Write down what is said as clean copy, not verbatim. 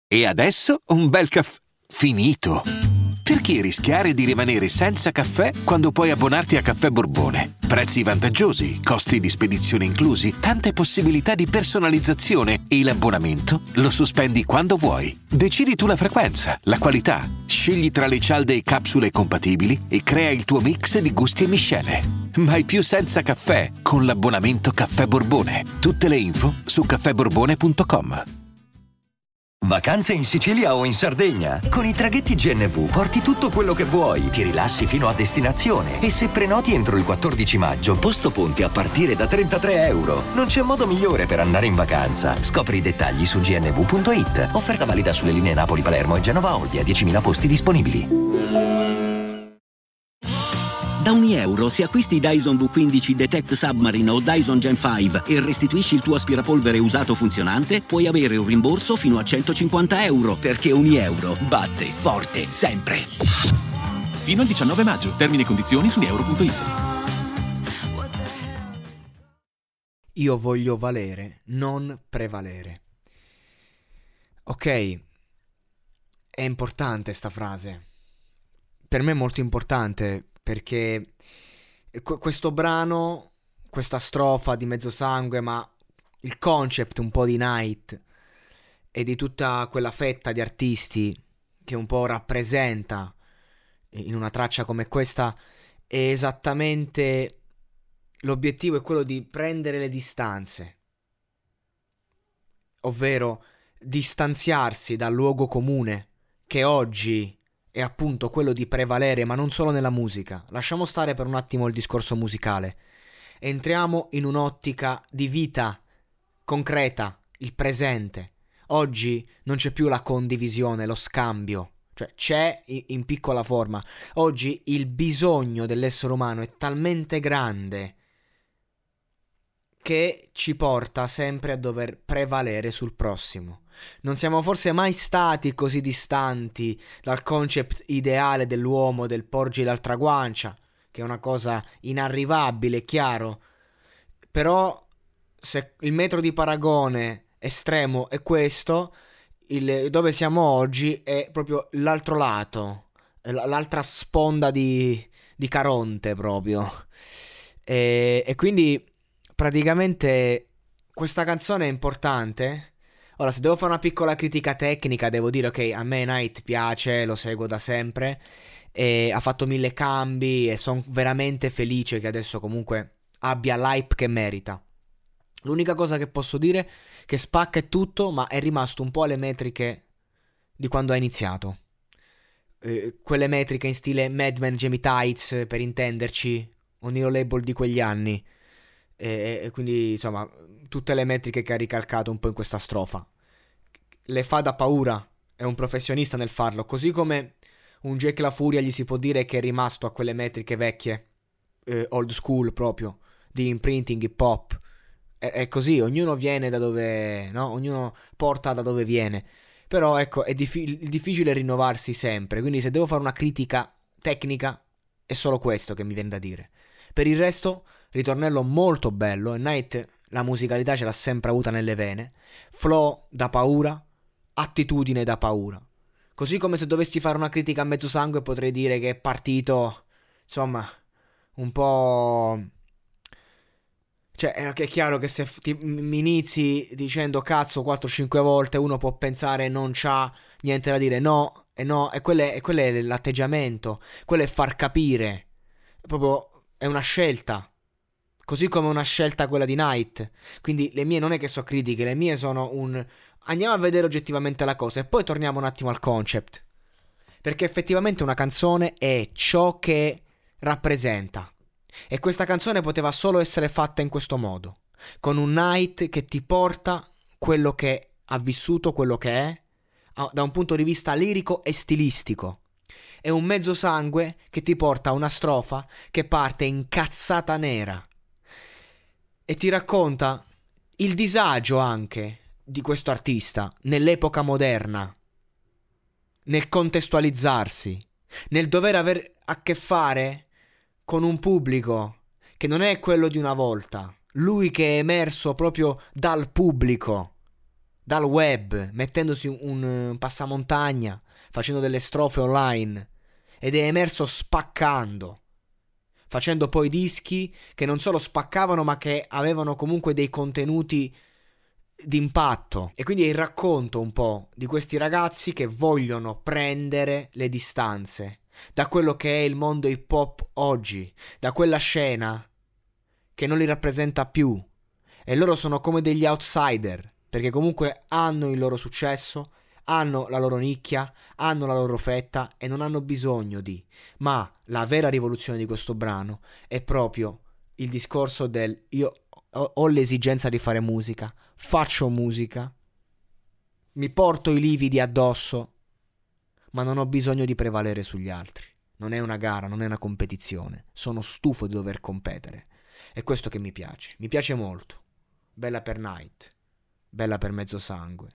E adesso un bel caffè finito. Perché rischiare di rimanere senza caffè quando puoi abbonarti a Caffè Borbone? Prezzi vantaggiosi, costi di spedizione inclusi, tante possibilità di personalizzazione e l'abbonamento lo sospendi quando vuoi. Decidi tu la frequenza, la qualità, scegli tra le cialde e capsule compatibili e crea il tuo mix di gusti e miscele. Mai più senza caffè con l'abbonamento Caffè Borbone. Tutte le info su caffèborbone.com. Vacanze in Sicilia o in Sardegna? Con i traghetti GNV porti tutto quello che vuoi, ti rilassi fino a destinazione e se prenoti entro il 14 maggio, posto ponti a partire da €33. Non c'è modo migliore per andare in vacanza. Scopri i dettagli su gnv.it. Offerta valida sulle linee Napoli-Palermo e Genova-Olbia, 10.000 posti disponibili. Da €1 se acquisti Dyson V15 Detect Submarine o Dyson Gen 5 e restituisci il tuo aspirapolvere usato funzionante, puoi avere un rimborso fino a €150, perché €1 batte forte sempre. Fino al 19 maggio. Termini e condizioni su euro.it. Io voglio valere, non prevalere. Ok, è importante sta frase. Per me è molto importante perché questo brano, questa strofa di Mezzosangue, ma il concept un po' di Night e di tutta quella fetta di artisti che un po' rappresenta in una traccia come questa, è esattamente l'obiettivo, è quello di prendere le distanze, ovvero distanziarsi dal luogo comune che oggi è appunto quello di prevalere, ma non solo nella musica. Lasciamo stare per un attimo il discorso musicale. Entriamo in un'ottica di vita concreta, il presente. Oggi non c'è più la condivisione, lo scambio, cioè c'è in piccola forma. Oggi il bisogno dell'essere umano è talmente grande che ci porta sempre a dover prevalere sul prossimo. Non siamo forse mai stati così distanti dal concept ideale dell'uomo, del porgi l'altra guancia, che è una cosa inarrivabile, chiaro. Però se il metro di paragone estremo è questo, dove siamo oggi è proprio l'altro lato, l'altra sponda di Caronte proprio. E quindi praticamente questa canzone è importante. Ora, se devo fare una piccola critica tecnica, devo dire, ok, a me Night piace, lo seguo da sempre, e ha fatto 1000 cambi e sono veramente felice che adesso comunque abbia l'hype che merita. L'unica cosa che posso dire è che spacca e tutto, ma è rimasto un po' alle metriche di quando ha iniziato. Quelle metriche in stile Mad Men, Jamie Tights, per intenderci, o Neo Label di quegli anni. E quindi insomma tutte le metriche che ha ricalcato un po' in questa strofa le fa da paura, è un professionista nel farlo, così come un Jack La Furia gli si può dire che è rimasto a quelle metriche vecchie, old school proprio, di imprinting hip hop. È così, ognuno viene da dove, no? Ognuno porta da dove viene, però ecco è difficile rinnovarsi sempre, quindi se devo fare una critica tecnica è solo questo che mi viene da dire. Per il resto ritornello molto bello, e Night la musicalità ce l'ha sempre avuta nelle vene, flow da paura, attitudine da paura. Così come se dovessi fare una critica a Mezzosangue potrei dire che è partito, insomma, un po'... Cioè è chiaro che se mi inizi dicendo cazzo 4-5 volte uno può pensare non c'ha niente da dire, no, e quello è l'atteggiamento, quello è far capire, proprio è una scelta. Così come una scelta quella di Night. Quindi le mie non è che so critiche, le mie sono un... Andiamo a vedere oggettivamente la cosa e poi torniamo un attimo al concept. Perché effettivamente una canzone è ciò che rappresenta. E questa canzone poteva solo essere fatta in questo modo. Con un Night che ti porta quello che ha vissuto, quello che è, da un punto di vista lirico e stilistico. È un Mezzosangue che ti porta a una strofa che parte incazzata nera. E ti racconta il disagio anche di questo artista nell'epoca moderna, nel contestualizzarsi, nel dover avere a che fare con un pubblico che non è quello di una volta. Lui che è emerso proprio dal pubblico dal web, mettendosi un passamontagna, facendo delle strofe online, ed è emerso spaccando, facendo poi dischi che non solo spaccavano ma che avevano comunque dei contenuti d'impatto. E quindi è il racconto un po' di questi ragazzi che vogliono prendere le distanze da quello che è il mondo hip hop oggi, da quella scena che non li rappresenta più, e loro sono come degli outsider, perché comunque hanno il loro successo, hanno la loro nicchia, hanno la loro fetta e non hanno bisogno di. Ma la vera rivoluzione di questo brano è proprio il discorso del io ho l'esigenza di fare musica, faccio musica, mi porto i lividi addosso, ma non ho bisogno di prevalere sugli altri. Non è una gara, non è una competizione, sono stufo di dover competere. È questo che mi piace molto. Bella per Night, bella per Mezzo Sangue,